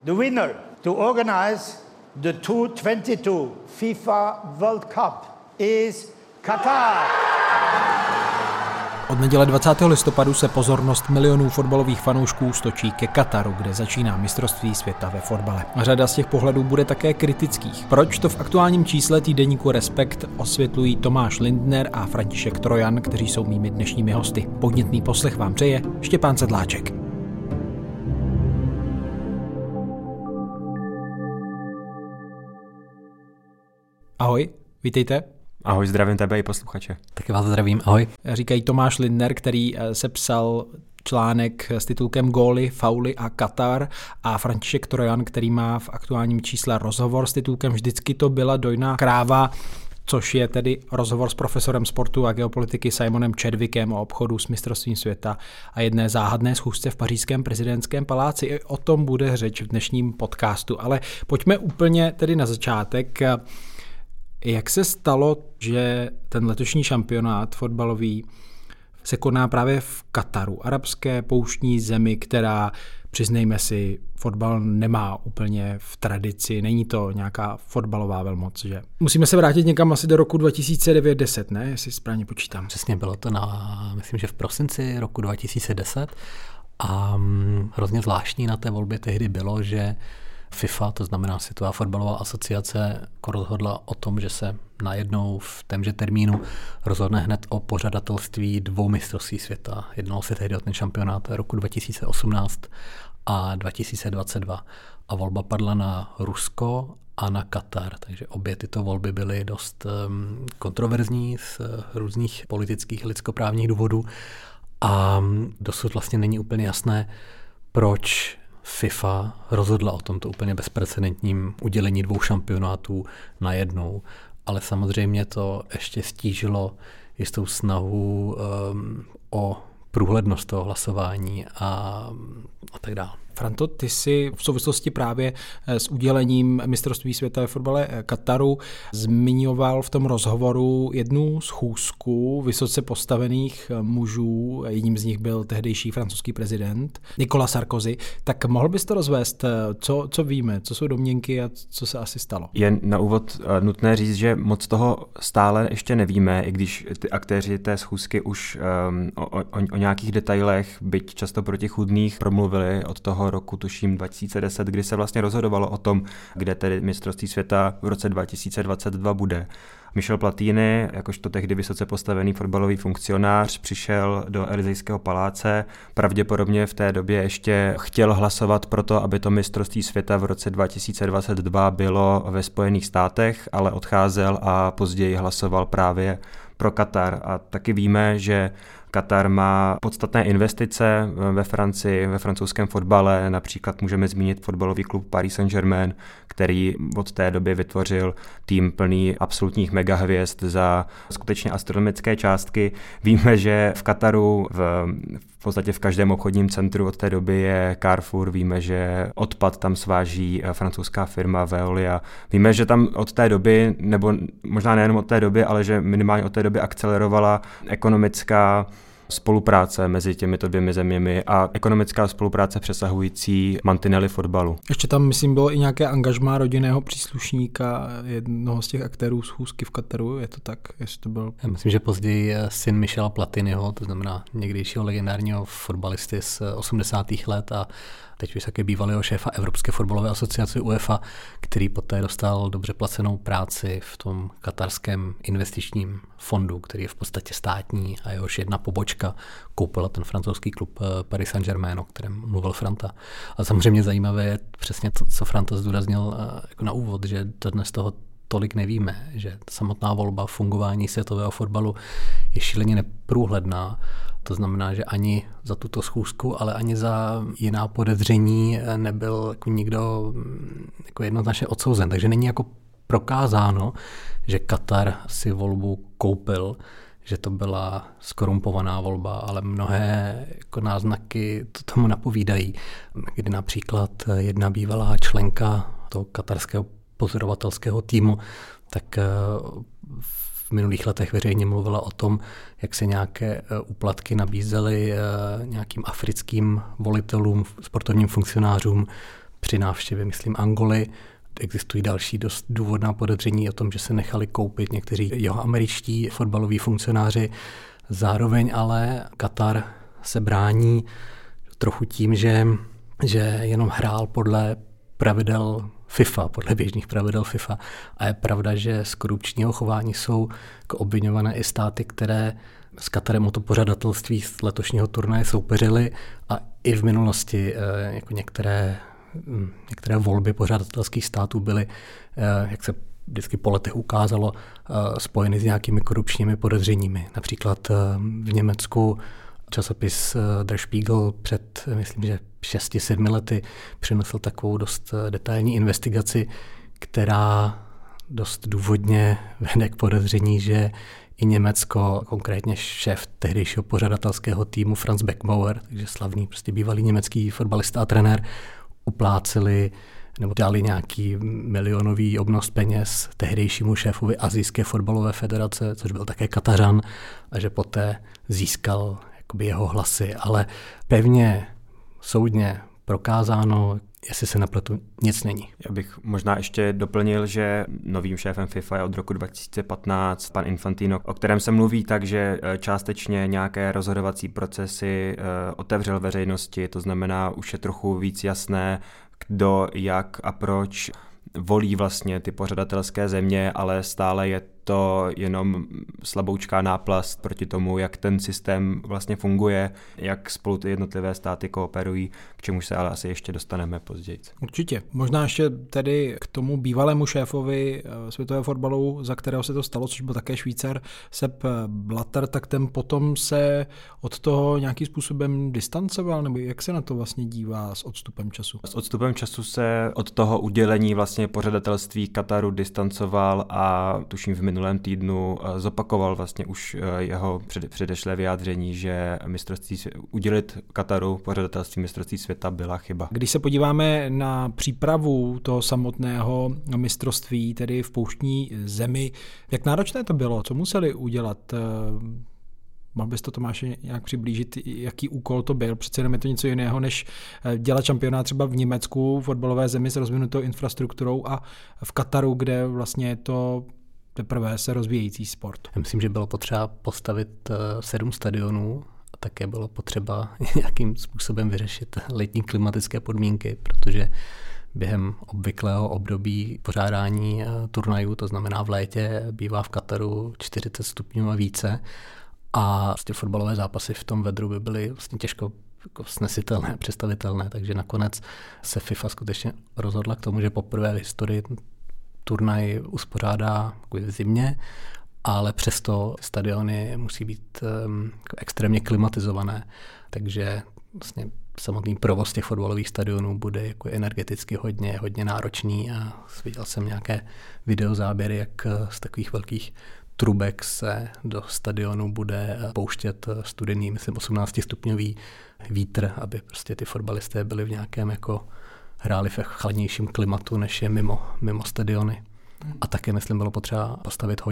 The winner to organize the 2022 FIFA World Cup is Qatar. Od neděle 20. listopadu se pozornost milionů fotbalových fanoušků stočí ke Kataru, kde začíná mistrovství světa ve fotbale. Řada z těch pohledů bude také kritických. Proč to v aktuálním čísle týdeníku Respekt osvětlují Tomáš Lindner a František Trojan, kteří jsou mými dnešními hosty. Podnětný poslech vám přeje Štěpán Sedláček. Ahoj, vítejte. Ahoj, zdravím tebe i posluchače. Taky vás zdravím, ahoj. Říkají Tomáš Lindner, který sepsal článek s titulkem Góly, fauly a Katar, a František Trojan, který má v aktuálním čísle rozhovor s titulkem Vždycky to byla dojná kráva, což je tedy rozhovor s profesorem sportu a geopolitiky Simonem Chadwickem o obchodu s mistrovstvím světa a jedné záhadné schůzce v pařížském prezidentském paláci. I o tom bude řeč v dnešním podcastu, ale pojďme úplně tedy na začátek. Jak se stalo, že ten letošní šampionát fotbalový se koná právě v Kataru, arabské pouštní zemi, která, přiznejme si, fotbal nemá úplně v tradici, není to nějaká fotbalová velmoc, že? Musíme se vrátit někam asi do roku 2009-10, ne? Jestli správně počítám. Přesně, bylo to myslím, že v prosinci roku 2010 a hrozně zvláštní na té volbě tehdy bylo, že FIFA, to znamená Světová fotbalová asociace, rozhodla o tom, že se najednou v témže termínu rozhodne hned o pořadatelství 2 mistrovství světa. Jednalo se tehdy o ten šampionát roku 2018 a 2022. A volba padla na Rusko a na Katar, takže obě tyto volby byly dost kontroverzní z různých politických lidskoprávních důvodů a dosud vlastně není úplně jasné, proč FIFA rozhodla o tomto úplně bezprecedentním udělení 2 šampionátů najednou, ale samozřejmě to ještě stížilo jistou snahu o průhlednost toho hlasování a tak dále. Franto, ty jsi v souvislosti právě s udělením mistrovství světa ve fotbale Kataru zmiňoval v tom rozhovoru jednu schůzku vysoce postavených mužů, jedním z nich byl tehdejší francouzský prezident Nicolas Sarkozy. Tak mohl bys to rozvést, co víme, co jsou domněnky a co se asi stalo? Je na úvod nutné říct, že moc toho stále ještě nevíme, i když ty aktéři té schůzky už o nějakých detailech, byť často protichůdných, promluvili od toho roku, tuším 2010, kdy se vlastně rozhodovalo o tom, kde tedy mistrovství světa v roce 2022 bude. Michel Platini, jakožto tehdy vysoce postavený fotbalový funkcionář, přišel do Elysejského paláce. Pravděpodobně v té době ještě chtěl hlasovat pro to, aby to mistrovství světa v roce 2022 bylo ve Spojených státech, ale odcházel a později hlasoval právě pro Katar. A taky víme, že Katar má podstatné investice ve Francii, ve francouzském fotbale, například můžeme zmínit fotbalový klub Paris Saint-Germain, který od té doby vytvořil tým plný absolutních megahvězd za skutečně astronomické částky. Víme, že v Kataru v podstatě v každém obchodním centru od té doby je Carrefour, víme, že odpad tam sváží francouzská firma Veolia. Víme, že tam od té doby, nebo možná nejenom od té doby, ale že minimálně od té doby akcelerovala ekonomická spolupráce mezi těmito 2 zeměmi a ekonomická spolupráce přesahující mantinely fotbalu. Ještě tam, myslím, bylo i nějaké angažmá rodinného příslušníka jednoho z těch aktérů schůzky v Kataru, je to tak? Jestli to byl... Já myslím, že později syn Michela Platiniho, to znamená někdejšího legendárního fotbalisty z 80. let a teď už také bývalého šéfa Evropské fotbalové asociace UEFA, který poté dostal dobře placenou práci v tom katarském investičním fondu, který je v podstatě státní a jehož jedna pobočka koupila ten francouzský klub Paris Saint-Germain, o kterém mluvil Franta. A samozřejmě zajímavé je přesně to, co Franta zdůraznil jako na úvod, že dnes toho tolik nevíme, že samotná volba fungování světového fotbalu je šíleně neprůhledná. To znamená, že ani za tuto schůzku, ale ani za jiná podezření nebyl jako nikdo jako jednoznačně odsouzen. Takže není jako prokázáno, že Katar si volbu koupil, že to byla skorumpovaná volba, ale mnohé jako náznaky to tomu napovídají. Kdy například jedna bývalá členka toho katarského pozorovatelského týmu, tak v minulých letech veřejně mluvila o tom, jak se nějaké úplatky nabízely nějakým africkým volitelům, sportovním funkcionářům při návštěvě, myslím, Angoly. Existují další dost důvodná podezření o tom, že se nechali koupit někteří jihoameričtí fotbaloví funkcionáři. Zároveň ale Katar se brání trochu tím, že jenom hrál podle pravidel FIFA, podle běžných pravidel FIFA. A je pravda, že z korupčního chování jsou obviňované i státy, které s Katarem o to pořadatelství z letošního turnaje soupeřily a i v minulosti jako některé volby pořadatelských států byly, jak se vždycky po letech ukázalo, spojeny s nějakými korupčními podezřeními. Například v Německu časopis Der Spiegel před, myslím, že 6-7 lety přinesl takovou dost detailní investigaci, která dost důvodně vede k podezření, že i Německo, konkrétně šéf tehdejšího pořadatelského týmu Franz Beckenbauer, takže slavný prostě bývalý německý fotbalista a trenér, upláceli nebo dali nějaký milionový obnos peněz tehdejšímu šéfovi Asijské fotbalové federace, což byl také Katařan, a že poté získal jakoby jeho hlasy. Ale pevně soudně prokázáno, jestli se nepletu, nic není. Já bych možná ještě doplnil, že novým šéfem FIFA je od roku 2015 pan Infantino, o kterém se mluví tak, že částečně nějaké rozhodovací procesy otevřel veřejnosti, to znamená, už je trochu víc jasné, kdo, jak a proč volí vlastně ty pořadatelské země, ale stále je to jenom slaboučká náplast proti tomu, jak ten systém vlastně funguje, jak spolu ty jednotlivé státy kooperují, k čemu se ale asi ještě dostaneme později. Určitě. Možná ještě tedy k tomu bývalému šéfovi světového fotbalu, za kterého se to stalo, což byl také Švýcar Sepp Blatter, tak ten potom se od toho nějakým způsobem distancoval, nebo jak se na to vlastně dívá s odstupem času? S odstupem času se od toho udělení vlastně pořadatelství Kataru distancoval a tuším v minulém týdnu zopakoval vlastně už jeho předešlé vyjádření, že udělit Kataru pořadatelství mistrovství světa byla chyba. Když se podíváme na přípravu toho samotného mistrovství, tedy v pouštní zemi, jak náročné to bylo? Co museli udělat? Mohl bys to, Tomáši, nějak přiblížit, jaký úkol to byl? Přece jenom je to něco jiného, než dělat šampionát třeba v Německu, fotbalové zemi s rozvinutou infrastrukturou, a v Kataru, kde vlastně je to teprve se rozvíjející sport. Já myslím, že bylo potřeba postavit 7 stadionů a také bylo potřeba nějakým způsobem vyřešit letní klimatické podmínky, protože během obvyklého období pořádání turnajů, to znamená v létě, bývá v Kataru 40 stupňů a více a vlastně fotbalové zápasy v tom vedru by byly vlastně těžko jako snesitelné, představitelné, takže nakonec se FIFA skutečně rozhodla k tomu, že poprvé v historii turnaj uspořádá v zimě, ale přesto stadiony musí být extrémně klimatizované, takže vlastně samotný provoz těch fotbalových stadionů bude jako energeticky hodně náročný a viděl jsem nějaké videozáběry, jak z takových velkých trubek se do stadionu bude pouštět studený, myslím 18stupňový vítr, aby prostě ty fotbalisté byli v nějakém jako hráli v chladnějším klimatu, než je mimo stadiony. A také, myslím, bylo potřeba postavit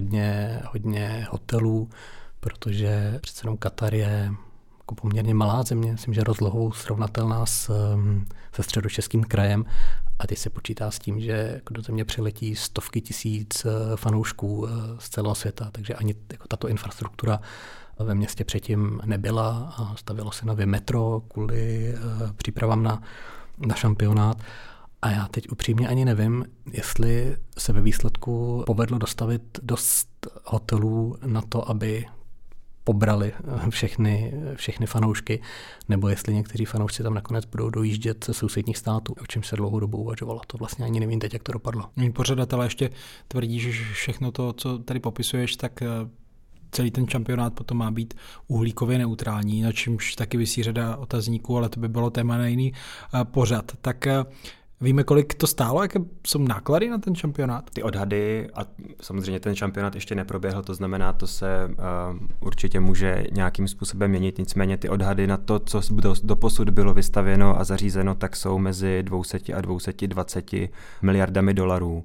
hodně hotelů, protože přece jenom Katar je jako poměrně malá země, myslím, že rozlohou srovnatelná se středočeským krajem. A teď se počítá s tím, že do země přiletí stovky tisíc fanoušků z celého světa, takže ani jako tato infrastruktura ve městě předtím nebyla a stavilo se nově metro kvůli přípravám na šampionát. A já teď upřímně ani nevím, jestli se ve výsledku povedlo dostavit dost hotelů na to, aby pobrali všechny fanoušky, nebo jestli někteří fanoušci tam nakonec budou dojíždět ze sousedních států, o čem se dlouhou dobu uvažovalo. To vlastně ani nevím teď, jak to dopadlo. Pořadatelé ještě tvrdí, že všechno to, co tady popisuješ, tak celý ten šampionát potom má být uhlíkově neutrální, na čímž taky visí řada otazníků, ale to by bylo téma na jiný pořad. Tak víme, kolik to stálo, jaké jsou náklady na ten šampionát? Ty odhady, a samozřejmě ten šampionát ještě neproběhl, to znamená, to se určitě může nějakým způsobem měnit, nicméně ty odhady na to, co doposud bylo vystavěno a zařízeno, tak jsou mezi 200 a 220 miliardami dolarů.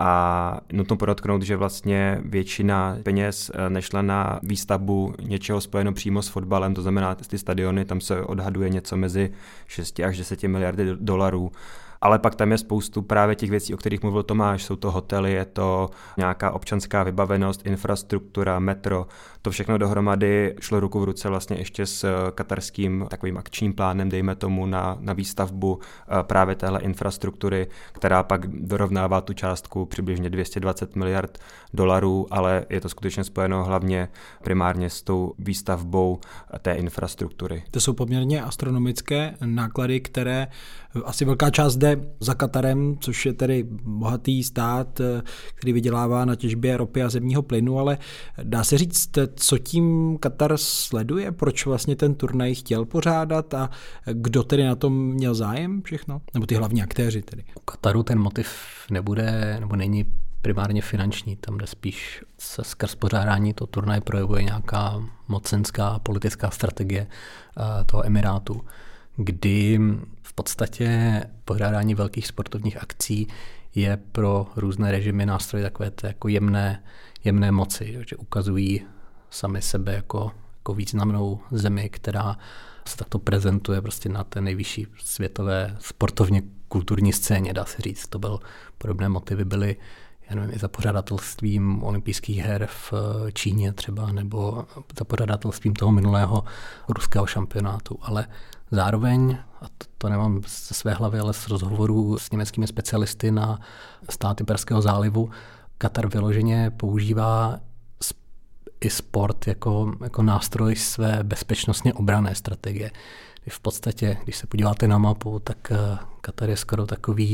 A nutno podotknout, že vlastně většina peněz nešla na výstavbu něčeho spojeno přímo s fotbalem, to znamená ty stadiony, tam se odhaduje něco mezi 6 až 10 miliardy dolarů. ale pak tam je spoustu právě těch věcí, o kterých mluvil Tomáš. Jsou to hotely, je to nějaká občanská vybavenost, infrastruktura, metro. To všechno dohromady šlo ruku v ruce vlastně ještě s katarským takovým akčním plánem, dejme tomu, na výstavbu právě téhle infrastruktury, která pak dorovnává tu částku přibližně 220 miliard dolarů, ale je to skutečně spojeno hlavně primárně s tou výstavbou té infrastruktury. To jsou poměrně astronomické náklady, které asi velká část jde za Katarem, což je tedy bohatý stát, který vydělává na těžbě ropy a zemního plynu, ale dá se říct, co tím Katar sleduje, proč vlastně ten turnaj chtěl pořádat a kdo tedy na tom měl zájem všechno? Nebo ty hlavní aktéři tedy? U Kataru ten motiv nebude, nebo není primárně finanční, tam jde spíš se skrz pořádání toho turnaje projevuje nějaká mocenská politická strategie toho emirátu, kdy v podstatě pořádání velkých sportovních akcí je pro různé režimy nástroj takové té jako jemné moci, že ukazují sami sebe jako významnou zemi, která se takto prezentuje prostě na té nejvyšší světové sportovně kulturní scéně, dá se říct. To byl podobné motivy byly já nevím, i za pořadatelstvím olympijských her v Číně třeba, nebo za pořadatelstvím toho minulého ruského šampionátu. Ale zároveň, a to nemám ze své hlavy, ale z rozhovorů s německými specialisty na státy Perského zálivu, Katar vyloženě používá i sport jako nástroj své bezpečnostně obranné strategie. V podstatě, když se podíváte na mapu, tak Katar je skoro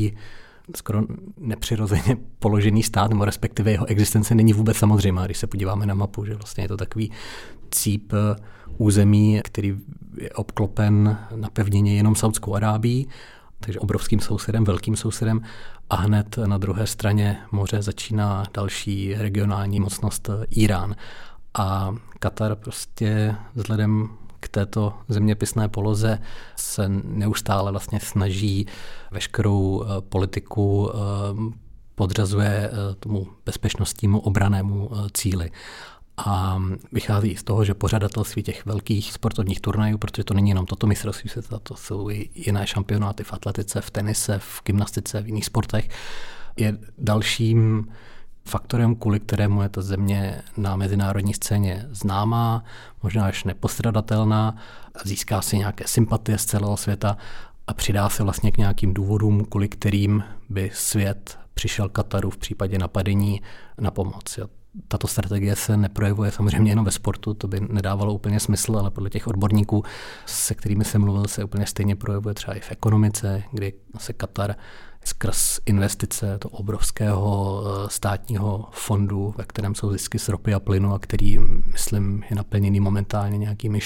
nepřirozeně položený stát, nebo respektive jeho existence není vůbec samozřejmá, když se podíváme na mapu, že vlastně je to takový cíp území, který je obklopen na pevnině jenom Saudskou Arábií, takže obrovským sousedem, velkým sousedem, a hned na druhé straně moře začíná další regionální mocnost Irán. A Katar prostě vzhledem k této zeměpisné poloze se neustále vlastně snaží veškerou politiku podřazuje tomu bezpečnostnímu obrannému cíli. A vychází z toho, že pořadatelství těch velkých sportovních turnajů, protože to není jenom toto mistrovství světa, to jsou i jiné šampionáty v atletice, v tenise, v gymnastice, v jiných sportech, je dalším faktorem, kvůli kterému je ta země na mezinárodní scéně známá, možná až nepostradatelná, získá si nějaké sympatie z celého světa a přidá se vlastně k nějakým důvodům, kvůli kterým by svět přišel Kataru v případě napadení na pomoc. Tato strategie se neprojevuje samozřejmě jenom ve sportu, to by nedávalo úplně smysl, ale podle těch odborníků, se kterými jsem mluvil, se úplně stejně projevuje třeba i v ekonomice, kdy se Katar skrz investice toho obrovského státního fondu, ve kterém jsou zisky z ropy a plynu a který, myslím, je naplněný momentálně nějakými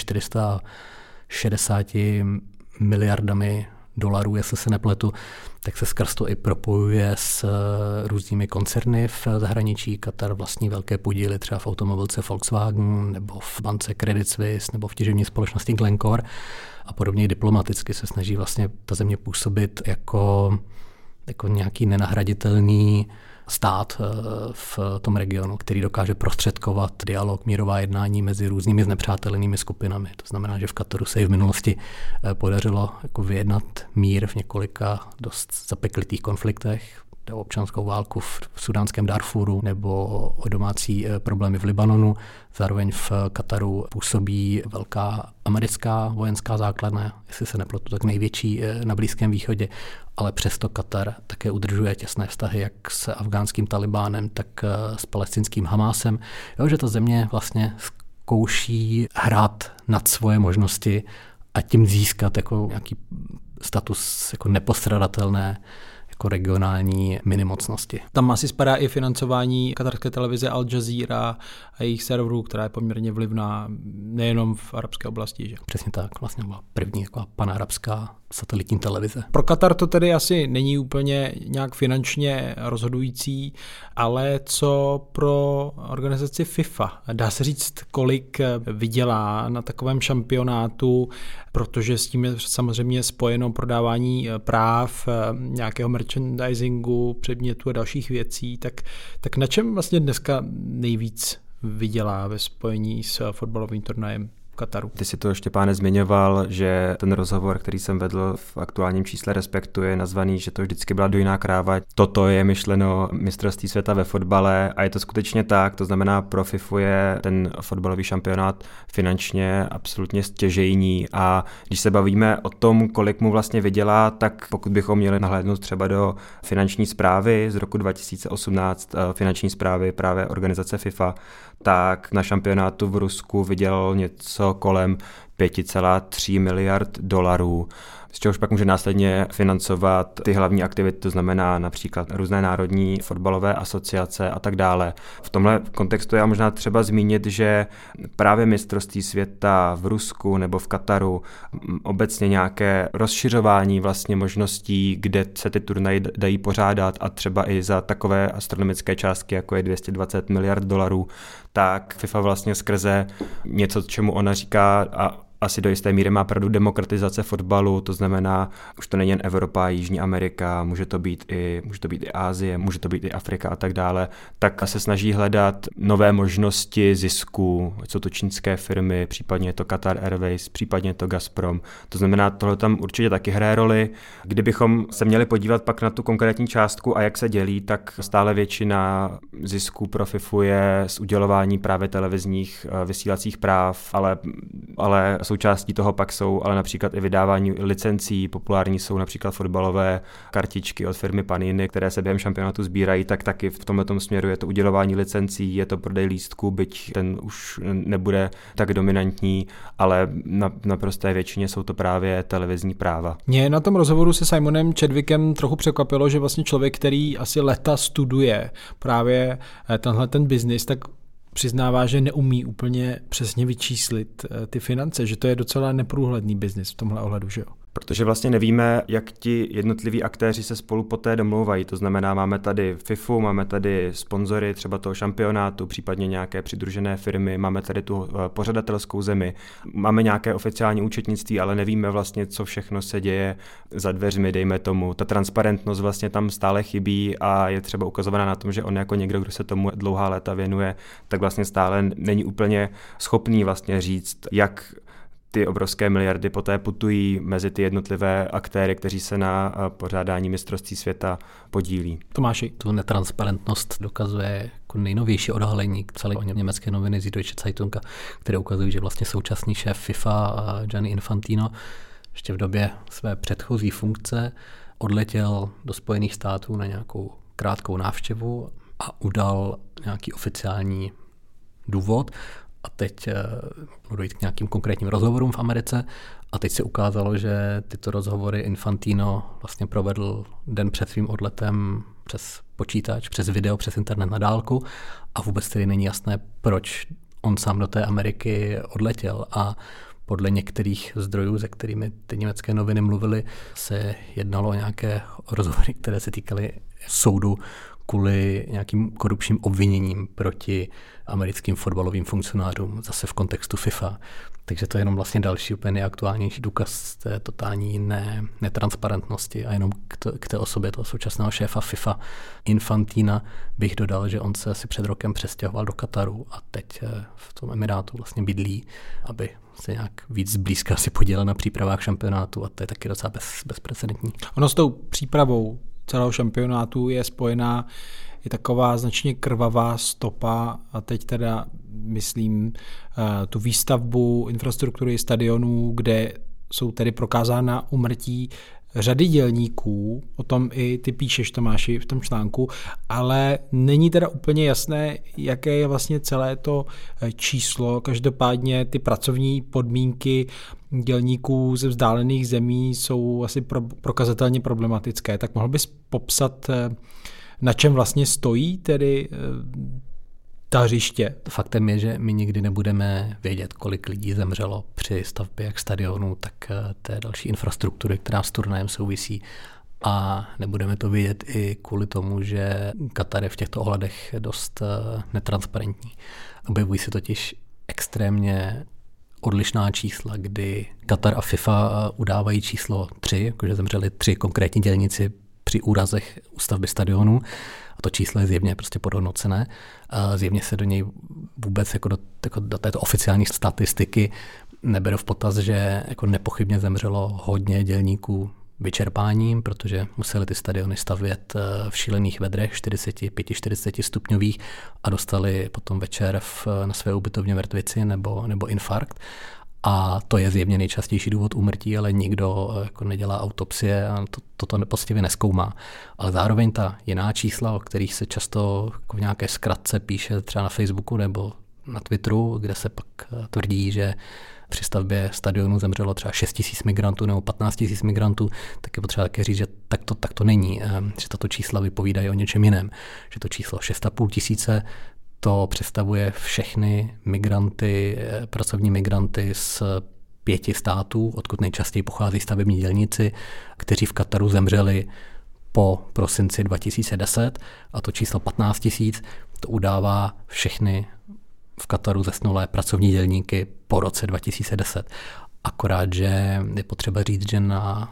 460 miliardami dolarů, jestli se nepletu, tak se skrz to i propojuje s různými koncerny v zahraničí. Katar vlastní velké podíly třeba v automobilce Volkswagen nebo v bance Credit Suisse nebo v těžební společnosti Glencore a podobně diplomaticky se snaží vlastně ta země působit jako nějaký nenahraditelný stát v tom regionu, který dokáže prostředkovat dialog, mírová jednání mezi různými znepřátelenými skupinami. To znamená, že v Kataru se i v minulosti podařilo jako vyjednat mír v několika dost zapeklitých konfliktech, o občanskou válku v sudánském Darfuru nebo o domácí problémy v Libanonu. Zároveň v Kataru působí velká americká vojenská základna, jestli se nepletu, tak největší na Blízkém východě, ale přesto Katar také udržuje těsné vztahy jak s afgánským Talibánem, tak s palestinským Hamásem. Že ta země vlastně zkouší hrát nad svoje možnosti a tím získat jako nějaký status jako nepostradatelné jako regionální minimocnosti. Tam asi spadá i financování katarské televize Al Jazeera a jejich serverů, která je poměrně vlivná nejenom v arabské oblasti. Že? Přesně tak, vlastně byla první jako panarabská satelitní televize. Pro Katar to tedy asi není úplně nějak finančně rozhodující, ale co pro organizaci FIFA? Dá se říct, kolik vydělá na takovém šampionátu, protože s tím je samozřejmě spojeno prodávání práv, nějakého merchandisingu, předmětů a dalších věcí, tak na čem vlastně dneska nejvíc vydělá ve spojení s fotbalovým turnajem? Kataru. Ty si to, Štěpáne, zmiňoval, že ten rozhovor, který jsem vedl v aktuálním čísle Respektu, je nazvaný, že to vždycky byla dojná kráva. Toto je myšleno mistrovství světa ve fotbale a je to skutečně tak. To znamená, pro FIFU je ten fotbalový šampionát finančně absolutně stěžejní a když se bavíme o tom, kolik mu vlastně vydělá, tak pokud bychom měli nahlédnout třeba do finanční zprávy z roku 2018, finanční zprávy právě organizace FIFA, tak na šampionátu v Rusku vydělal něco kolem 5,3 miliard dolarů, z čehož pak může následně financovat ty hlavní aktivity, to znamená například různé národní fotbalové asociace a tak dále. V tomhle kontextu je možná třeba zmínit, že právě mistrovství světa v Rusku nebo v Kataru, obecně nějaké rozšiřování vlastně možností, kde se ty turnaje dají pořádat a třeba i za takové astronomické částky, jako je 220 miliard dolarů, tak FIFA vlastně skrze něco, čemu ona říká a asi do jisté míry má pravdu demokratizace fotbalu, to znamená, už to není jen Evropa, Jižní Amerika, může to být i Asie, může to být i Afrika a tak dále, tak se snaží hledat nové možnosti zisku, jsou to čínské firmy, případně je to Qatar Airways, případně je to Gazprom. To znamená, tohle tam určitě taky hraje roli. Kdybychom se měli podívat pak na tu konkrétní částku a jak se dělí, tak stále většina zisků pro FIFU je z udělování právě televizních vysílacích práv, ale součástí toho pak jsou ale například i vydávání licencí, populární jsou například fotbalové kartičky od firmy Panini, které se během šampionátu sbírají, tak taky v tomto směru je to udělování licencí, je to prodej lístků, byť ten už nebude tak dominantní, ale na prosté většině jsou to právě televizní práva. Mě na tom rozhovoru se Simonem Chadwickem trochu překvapilo, že vlastně člověk, který asi leta studuje právě tenhle ten biznis, tak přiznává, že neumí úplně přesně vyčíslit ty finance, že to je docela neprůhledný biznis v tomhle ohledu, že jo? Protože vlastně nevíme, jak ti jednotliví aktéři se spolu poté domlouvají. To znamená, máme tady FIFU, máme tady sponzory třeba toho šampionátu, případně nějaké přidružené firmy, máme tady tu pořadatelskou zemi, máme nějaké oficiální účetnictví, ale nevíme vlastně, co všechno se děje za dveřmi, dejme tomu. Ta transparentnost vlastně tam stále chybí a je třeba ukazovaná na tom, že on jako někdo, kdo se tomu dlouhá léta věnuje, tak vlastně stále není úplně schopný vlastně říct, jak ty obrovské miliardy poté putují mezi ty jednotlivé aktéry, kteří se na pořádání mistrovství světa podílí. Tomáši. Tu netransparentnost dokazuje jako nejnovější odhalení celé německé noviny Süddeutsche Zeitung, které ukazují, že vlastně současný šéf FIFA Gianni Infantino ještě v době své předchozí funkce odletěl do Spojených států na nějakou krátkou návštěvu a udal nějaký oficiální důvod. A teď budu dojít k nějakým konkrétním rozhovorům v Americe a teď se ukázalo, že tyto rozhovory Infantino vlastně provedl den před svým odletem přes počítač, přes video, přes internet na dálku a vůbec tedy není jasné, proč on sám do té Ameriky odletěl a podle některých zdrojů, se kterými ty německé noviny mluvily, se jednalo o nějaké rozhovory, které se týkaly soudu kvůli nějakým korupčním obviněním proti americkým fotbalovým funkcionářům, zase v kontextu FIFA. Takže to je jenom vlastně další úplně nejaktuálnější důkaz té totální netransparentnosti a jenom k té osobě toho současného šéfa FIFA Infantina bych dodal, že on se asi před rokem přestěhoval do Kataru a teď v tom Emirátu vlastně bydlí, aby se nějak víc zblízka si podílel na přípravách šampionátu a to je taky docela bezprecedentní. Ono s tou přípravou celého šampionátu je spojená i taková značně krvavá stopa a teď teda myslím tu výstavbu infrastruktury stadionů, kde jsou tedy prokázána úmrtí řady dělníků, o tom i ty píšeš, Tomáši, v tom článku, ale není teda úplně jasné, jaké je vlastně celé to číslo. Každopádně ty pracovní podmínky dělníků ze vzdálených zemí jsou asi prokazatelně problematické. Tak mohl bys popsat, na čem vlastně stojí tedy ta hřiště? Faktem je, že my nikdy nebudeme vědět, kolik lidí zemřelo při stavbě jak stadionu, tak té další infrastruktury, která s turnajem souvisí. A nebudeme to vědět i kvůli tomu, že Katar je v těchto ohledech dost netransparentní. Objevují se totiž extrémně odlišná čísla, kdy Katar a FIFA udávají číslo 3, jakože zemřeli 3 konkrétní dělníci při úrazech u stavby stadionu. A to číslo je zjevně prostě podhodnocené. Zjevně se do něj vůbec jako do této oficiální statistiky neberu v potaz, že jako nepochybně zemřelo hodně dělníků vyčerpáním, protože museli ty stadiony stavět v šílených vedrech 45-40 stupňových a dostali potom večer na své ubytovně mrtvici nebo infarkt. A to je zjevně nejčastější důvod úmrtí, ale nikdo jako nedělá autopsie a toto poctivě nezkoumá. Ale zároveň ta jiná čísla, o kterých se často jako v nějaké zkratce píše třeba na Facebooku nebo na Twitteru, kde se pak tvrdí, že při stavbě stadionu zemřelo třeba 6 000 migrantů nebo 15 000 migrantů, tak je potřeba také říct, že tak to není, že tato čísla vypovídají o něčem jiném. Že to číslo 6 500 to představuje všechny migranty, pracovní migranty z 5 států, odkud nejčastěji pochází stavební dělníci, kteří v Kataru zemřeli po prosinci 2010 a to číslo 15 000 to udává všechny v Kataru zesnulé pracovní dělníky po roce 2010. Akorát, že je potřeba říct, že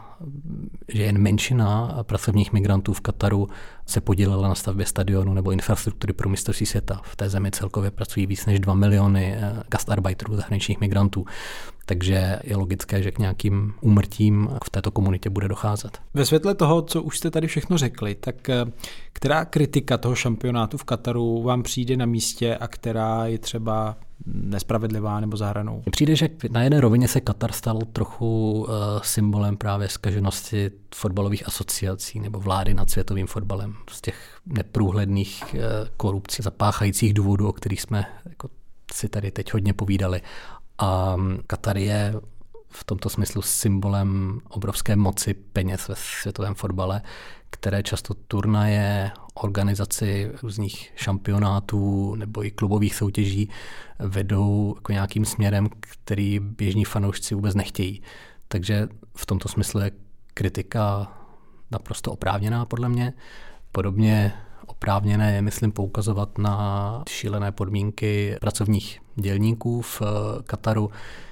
jen menšina pracovních migrantů v Kataru se podílela na stavbě stadionu nebo infrastruktury pro mistrovství světa. V té zemi celkově pracují víc než 2 miliony gastarbeiterů, zahraničních migrantů. Takže je logické, že k nějakým úmrtím v této komunitě bude docházet. Ve světle toho, co už jste tady všechno řekli, tak která kritika toho šampionátu v Kataru vám přijde na místě a která je třeba nespravedlivá nebo za hranou? Mně přijde, že na jedné rovině se Katar stal trochu symbolem právě zkaženosti fotbalových asociací nebo vlády nad světovým fotbalem. Z těch neprůhledných korupcí zapáchajících důvodů, o kterých jsme jako si tady teď hodně povídali. A Katar je v tomto smyslu symbolem obrovské moci peněz ve světovém fotbale, které často turnaje, organizaci různých šampionátů nebo i klubových soutěží vedou jako nějakým směrem, který běžní fanoušci vůbec nechtějí. Takže v tomto smyslu je kritika naprosto oprávněná podle mě. Podobně oprávněné je, myslím, poukazovat na šílené podmínky pracovních dělníků v Kataru,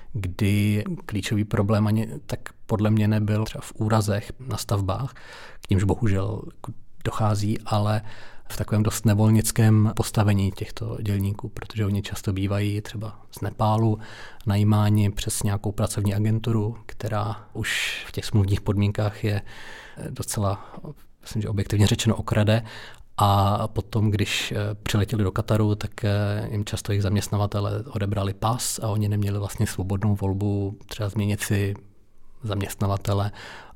kdy klíčový problém ani tak podle mě nebyl třeba v úrazech na stavbách, k nímž bohužel dochází, ale v takovém dost nevolnickém postavení těchto dělníků, protože oni často bývají třeba z Nepálu najímáni přes nějakou pracovní agenturu, která už v těch smluvních podmínkách je docela, myslím, že objektivně řečeno okrade. A potom, když přiletěli do Kataru, tak jim často jejich zaměstnavatele odebrali pas a oni neměli vlastně svobodnou volbu třeba změnit si zaměstnavatele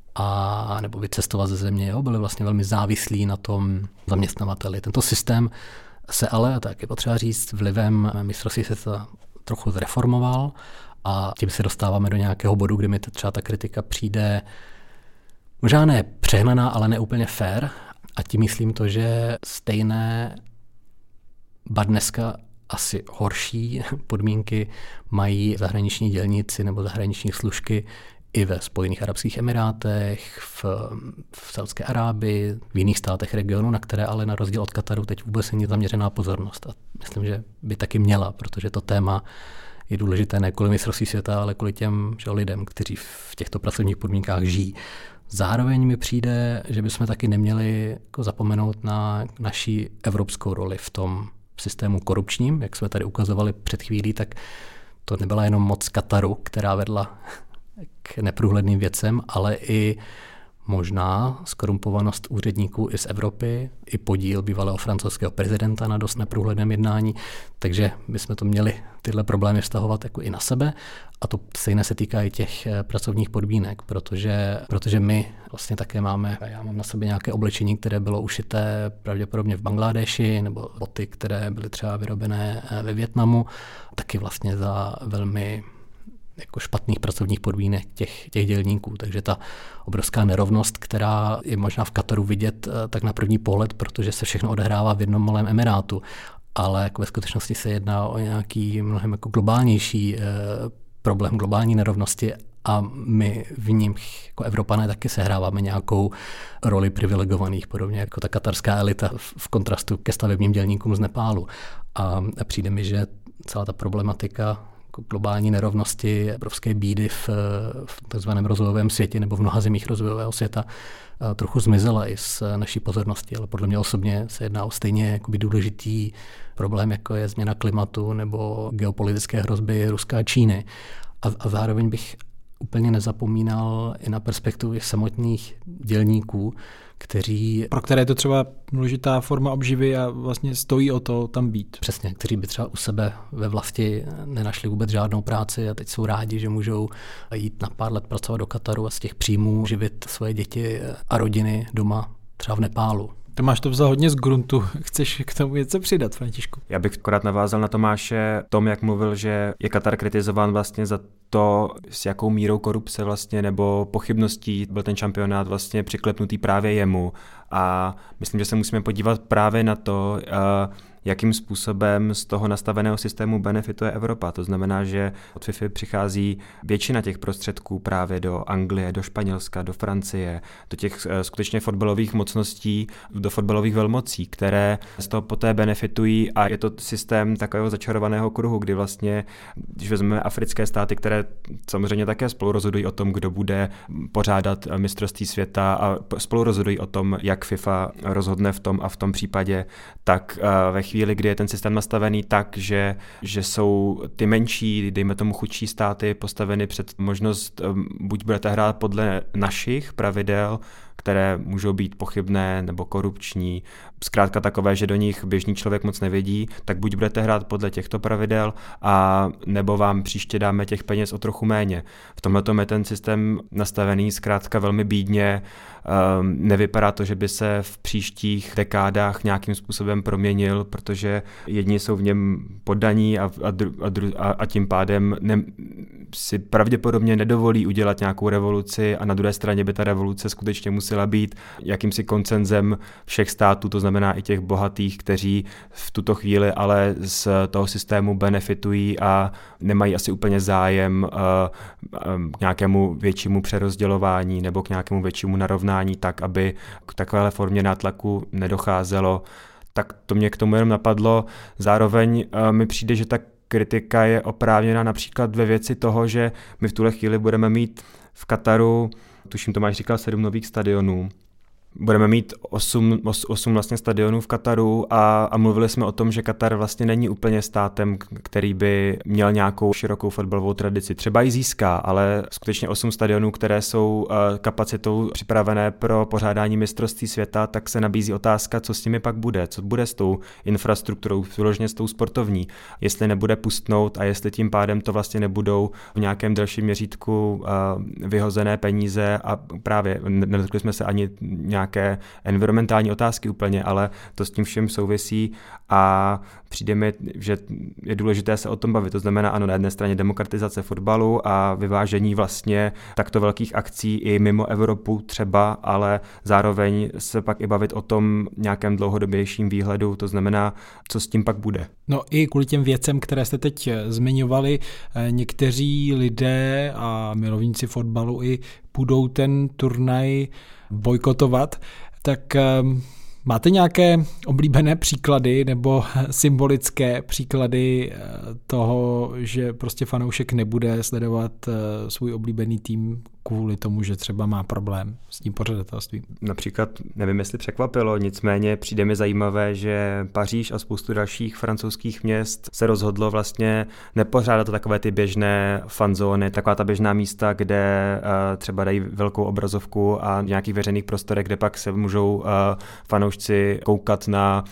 a nebo vycestovat ze země. Jo? Byli vlastně velmi závislí na tom zaměstnavateli. Tento systém se ale, tak je potřeba říct, vlivem mistrovství světa trochu zreformoval a tím se dostáváme do nějakého bodu, kdy mi třeba ta kritika přijde možná ne přehnaná, ale ne úplně fair. A tím myslím to, že stejné, ba dneska asi horší podmínky mají zahraniční dělníci nebo zahraniční služky i ve Spojených arabských emirátech, v Saudské Arábii, v jiných státech regionu, na které ale na rozdíl od Kataru teď vůbec není zaměřená pozornost. A myslím, že by taky měla, protože to téma je důležité ne kvůli mistrovství světa, ale kvůli těm lidem, kteří v těchto pracovních podmínkách žijí. Zároveň mi přijde, že bychom taky neměli jako zapomenout na naši evropskou roli v tom systému korupčním. Jak jsme tady ukazovali před chvílí, tak to nebyla jenom moc Kataru, která vedla k neprůhledným věcem, ale i možná zkorumpovanost úředníků i z Evropy, i podíl bývalého francouzského prezidenta na dost neprůhledném jednání, takže bychom to měli tyhle problémy vztahovat jako i na sebe a to stejné se týká i těch pracovních podmínek, protože my vlastně také máme, já mám na sobě nějaké oblečení, které bylo ušité pravděpodobně v Bangladeši, nebo boty, které byly třeba vyrobené ve Vietnamu, taky vlastně za velmi jako špatných pracovních podmínek těch dělníků. Takže ta obrovská nerovnost, která je možná v Kataru vidět tak na první pohled, protože se všechno odehrává v jednom malém emirátu, ale jako ve skutečnosti se jedná o nějaký mnohem jako globálnější problém globální nerovnosti a my v něm jako Evropané taky sehráváme nějakou roli privilegovaných, podobně jako ta katarská elita v kontrastu ke stavebním dělníkům z Nepálu. A přijde mi, že celá ta problematika globální nerovnosti, obrovské bídy v takzvaném rozvojovém světě nebo v mnoha zemích rozvojového světa trochu zmizela i z naší pozornosti, ale podle mě osobně se jedná o stejně jakoby důležitý problém, jako je změna klimatu nebo geopolitické hrozby Ruska a Číny. A zároveň bych úplně nezapomínal i na perspektivu samotných dělníků, pro které je to třeba důležitá forma obživy a vlastně stojí o to tam být. Přesně, kteří by třeba u sebe ve vlasti nenašli vůbec žádnou práci a teď jsou rádi, že můžou jít na pár let pracovat do Kataru a z těch příjmů živit svoje děti a rodiny doma, třeba v Nepálu. Tomáš to vzal hodně z gruntu. Chceš k tomu něco přidat, Františku? Já bych akorát navázal na Tomáše tom, jak mluvil, že je Katar kritizován vlastně za to, s jakou mírou korupce vlastně nebo pochybností byl ten šampionát vlastně přiklepnutý právě jemu. A myslím, že se musíme podívat právě na to, jakým způsobem z toho nastaveného systému benefituje Evropa. To znamená, že od FIFA přichází většina těch prostředků právě do Anglie, do Španělska, do Francie, do těch skutečně fotbalových mocností, do fotbalových velmocí, které z toho poté benefitují a je to systém takového začarovaného kruhu, kdy vlastně, když vezmeme africké státy, které samozřejmě také spolu rozhodují o tom, kdo bude pořádat mistrovství světa a spolu rozhodují o tom, jak FIFA rozhodne v tom a v tom případě, tak ve chvíli, kdy je ten systém nastavený tak, že jsou ty menší, dejme tomu chudší státy postaveny před možnost, buď budete hrát podle našich pravidel, které můžou být pochybné nebo korupční, zkrátka takové, že do nich běžný člověk moc nevědí, tak buď budete hrát podle těchto pravidel, a nebo vám příště dáme těch peněz o trochu méně. V tomhletom je ten systém nastavený zkrátka velmi bídně, nevypadá to, že by se v příštích dekádách nějakým způsobem proměnil, protože jedni jsou v něm poddaní a tím pádem si pravděpodobně nedovolí udělat nějakou revoluci a na druhé straně by ta revoluce skutečně musela být jakýmsi koncenzem všech států, to znamená i těch bohatých, kteří v tuto chvíli ale z toho systému benefitují a nemají asi úplně zájem k nějakému většímu přerozdělování nebo k nějakému většímu narovnání tak, aby k takovéhle formě nátlaku nedocházelo. Tak to mě k tomu jenom napadlo. Zároveň mi přijde, že ta kritika je oprávněna například ve věci toho, že my v tuhle chvíli budeme mít v Kataru, tuším Tomáš říkal 7 nových stadionů, budeme mít 8 vlastně stadionů v Kataru a mluvili jsme o tom, že Katar vlastně není úplně státem, který by měl nějakou širokou fotbalovou tradici. Třeba ji získá, ale skutečně 8 stadionů, které jsou kapacitou připravené pro pořádání mistrovství světa, tak se nabízí otázka, co s nimi pak bude, co bude s tou infrastrukturou, vyloženě s tou sportovní, jestli nebude pustnout a jestli tím pádem to vlastně nebudou v nějakém dalším měřítku vyhozené peníze a právě nedotkli jsme se ani nějaké environmentální otázky úplně, ale to s tím všem souvisí a přijde mi, že je důležité se o tom bavit. To znamená, ano, na jedné straně demokratizace fotbalu a vyvážení vlastně takto velkých akcí i mimo Evropu třeba, ale zároveň se pak i bavit o tom nějakém dlouhodobějším výhledu, to znamená, co s tím pak bude. No i kvůli těm věcem, které jste teď zmiňovali, někteří lidé a milovníci fotbalu i budou ten turnaj bojkotovat, tak máte nějaké oblíbené příklady nebo symbolické příklady toho, že prostě fanoušek nebude sledovat svůj oblíbený tým kvůli tomu, že třeba má problém s tím pořadatelstvím? Například, nevím, jestli překvapilo, nicméně přijde mi zajímavé, že Paříž a spoustu dalších francouzských měst se rozhodlo vlastně nepořádat takové ty běžné fanzóny, taková ta běžná místa, kde třeba dají velkou obrazovku a v nějakých veřejných prostorech, kde pak se můžou fanoušci koukat na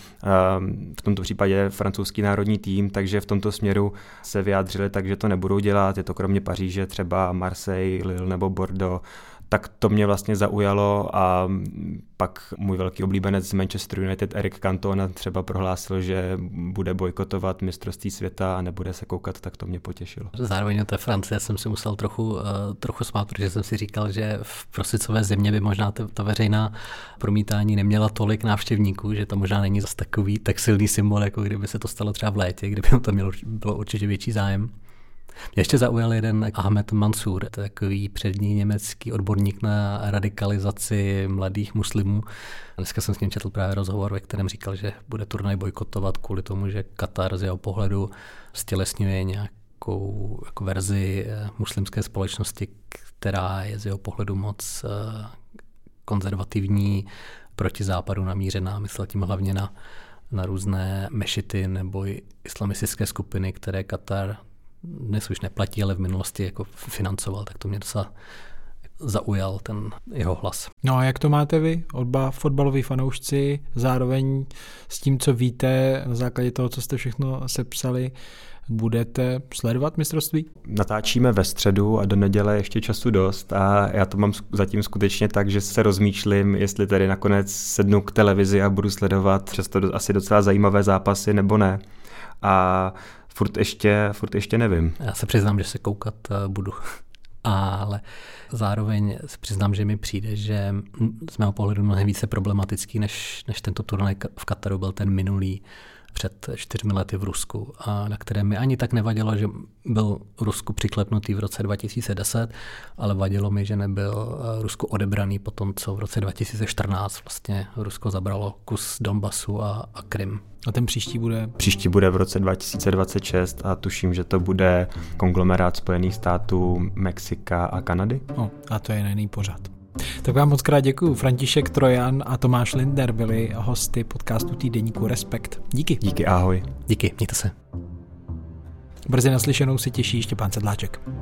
v tomto případě francouzský národní tým, takže v tomto směru se vyjádřili tak, že to nebudou dělat. Je to kromě Paříže třeba Marseille, Lille nebo Bordeaux. Tak to mě vlastně zaujalo a pak můj velký oblíbenec z Manchester United Eric Cantona třeba prohlásil, že bude bojkotovat mistrovství světa a nebude se koukat, tak to mě potěšilo. Zároveň o té Francie jsem si musel trochu smát, protože jsem si říkal, že v prosinцové zimě by možná ta veřejná promítání neměla tolik návštěvníků, že to možná není zase takový tak silný symbol, jako kdyby se to stalo třeba v létě, kdyby to bylo určitě větší zájem. Mě ještě zaujal jeden Ahmed Mansour, takový přední německý odborník na radikalizaci mladých muslimů. Dneska jsem s ním četl právě rozhovor, ve kterém říkal, že bude turnaj bojkotovat kvůli tomu, že Katar z jeho pohledu stělesňuje nějakou jako verzi muslimské společnosti, která je z jeho pohledu moc konzervativní, proti západu namířená, myslel tím hlavně na různé mešity nebo i islamistické skupiny, které Katar dnes už neplatí, ale v minulosti jako financoval, tak to mě docela zaujal ten jeho hlas. No a jak to máte vy, oba fotbaloví fanoušci, zároveň s tím, co víte, na základě toho, co jste všechno sepsali, budete sledovat mistrovství? Natáčíme ve středu a do neděle ještě času dost a já to mám zatím skutečně tak, že se rozmýšlím, jestli tady nakonec sednu k televizi a budu sledovat často asi docela zajímavé zápasy nebo ne. A furt ještě nevím. Já se přiznám, že se koukat budu. Ale zároveň se přiznám, že mi přijde, že z mého pohledu mnohem více problematický, než tento turnaj v Kataru byl ten minulý před 4 lety v Rusku, a na které mi ani tak nevadilo, že byl Rusku přiklepnutý v roce 2010, ale vadilo mi, že nebyl Rusku odebraný po tom, co v roce 2014 vlastně Rusko zabralo kus Donbasu a Krym. A ten příští bude? Příští bude v roce 2026 a tuším, že to bude konglomerát Spojených států, Mexika a Kanady. A to je na jiný pořad. Tak vám moc krát děkuju. František Trojan a Tomáš Lindner byli hosty podcastu týdeníku Respekt. Díky. Díky, ahoj. Díky, mějte se. Brzy naslyšenou se těší Štěpán Sedláček.